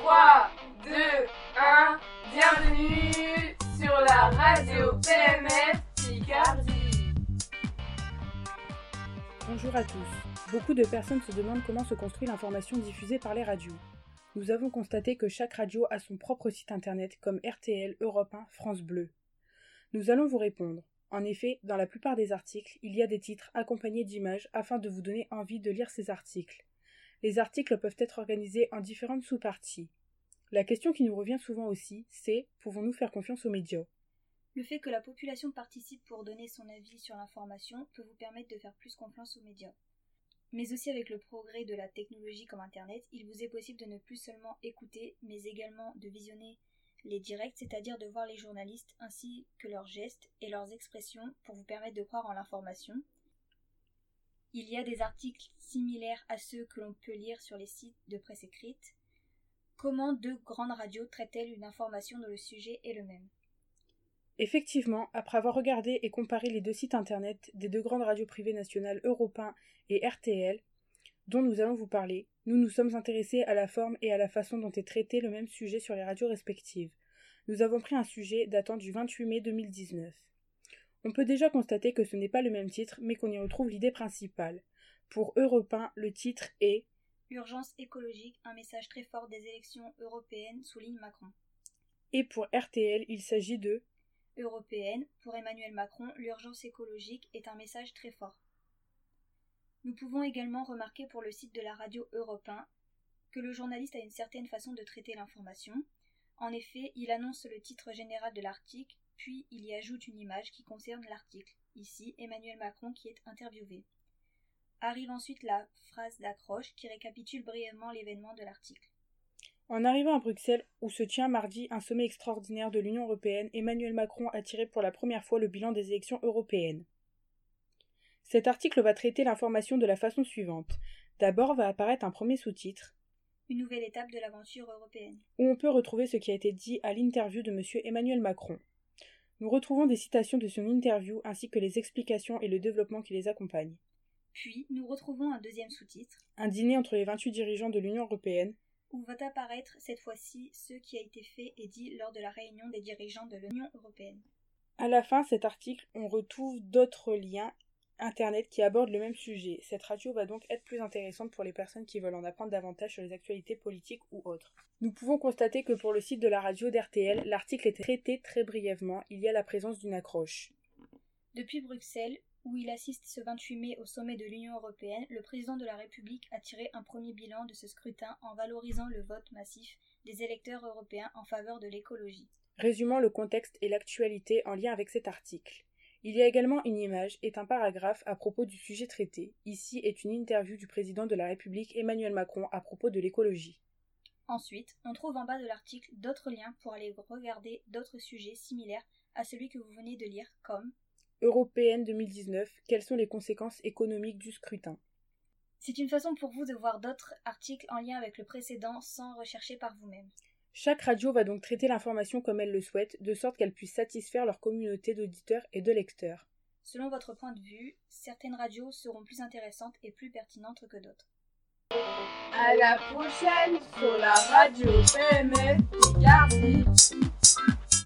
3, 2, 1, bienvenue sur la radio PMF Picardie. Bonjour à tous. Beaucoup de personnes se demandent comment se construit l'information diffusée par les radios. Nous avons constaté que chaque radio a son propre site internet comme RTL, Europe 1, France Bleu. Nous allons vous répondre. En effet, dans la plupart des articles, il y a des titres accompagnés d'images afin de vous donner envie de lire ces articles. Les articles peuvent être organisés en différentes sous-parties. La question qui nous revient souvent aussi, c'est « Pouvons-nous faire confiance aux médias ?» Le fait que la population participe pour donner son avis sur l'information peut vous permettre de faire plus confiance aux médias. Mais aussi avec le progrès de la technologie comme Internet, il vous est possible de ne plus seulement écouter, mais également de visionner les directs, c'est-à-dire de voir les journalistes ainsi que leurs gestes et leurs expressions pour vous permettre de croire en l'information. Il y a des articles similaires à ceux que l'on peut lire sur les sites de presse écrite. Comment deux grandes radios traitent-elles une information dont le sujet est le même ? Effectivement, après avoir regardé et comparé les deux sites internet des deux grandes radios privées nationales Europe 1 et RTL, dont nous allons vous parler, nous nous sommes intéressés à la forme et à la façon dont est traité le même sujet sur les radios respectives. Nous avons pris un sujet datant du 28 mai 2019. On peut déjà constater que ce n'est pas le même titre, mais qu'on y retrouve l'idée principale. Pour Europe 1, le titre est « Urgence écologique, un message très fort des élections européennes, souligne Macron ». Et pour RTL, il s'agit de « Européenne, pour Emmanuel Macron, l'urgence écologique est un message très fort ». Nous pouvons également remarquer pour le site de la radio Europe 1 que le journaliste a une certaine façon de traiter l'information. En effet, il annonce le titre général de l'article, puis il y ajoute une image qui concerne l'article, ici Emmanuel Macron qui est interviewé. Arrive ensuite la phrase d'accroche qui récapitule brièvement l'événement de l'article. En arrivant à Bruxelles, où se tient mardi un sommet extraordinaire de l'Union européenne, Emmanuel Macron a tiré pour la première fois le bilan des élections européennes. Cet article va traiter l'information de la façon suivante. D'abord va apparaître un premier sous-titre, une nouvelle étape de l'aventure européenne, où on peut retrouver ce qui a été dit à l'interview de M. Emmanuel Macron. Nous retrouvons des citations de son interview ainsi que les explications et le développement qui les accompagnent. Puis, nous retrouvons un deuxième sous-titre, un dîner entre les 28 dirigeants de l'Union européenne, où va apparaître cette fois-ci ce qui a été fait et dit lors de la réunion des dirigeants de l'Union européenne. À la fin de cet article, on retrouve d'autres liens Internet qui abordent le même sujet. Cette radio va donc être plus intéressante pour les personnes qui veulent en apprendre davantage sur les actualités politiques ou autres. Nous pouvons constater que pour le site de la radio d'RTL, l'article est traité très brièvement, il y a la présence d'une accroche. Depuis Bruxelles, où il assiste ce 28 mai au sommet de l'Union européenne, le président de la République a tiré un premier bilan de ce scrutin en valorisant le vote massif des électeurs européens en faveur de l'écologie. Résumons le contexte et l'actualité en lien avec cet article. Il y a également une image et un paragraphe à propos du sujet traité. Ici est une interview du président de la République Emmanuel Macron à propos de l'écologie. Ensuite, on trouve en bas de l'article d'autres liens pour aller regarder d'autres sujets similaires à celui que vous venez de lire, comme Européenne 2019, quelles sont les conséquences économiques du scrutin ? C'est une façon pour vous de voir d'autres articles en lien avec le précédent sans rechercher par vous-même. Chaque radio va donc traiter l'information comme elle le souhaite, de sorte qu'elle puisse satisfaire leur communauté d'auditeurs et de lecteurs. Selon votre point de vue, certaines radios seront plus intéressantes et plus pertinentes que d'autres. À la prochaine sur la radio PMF Picardie.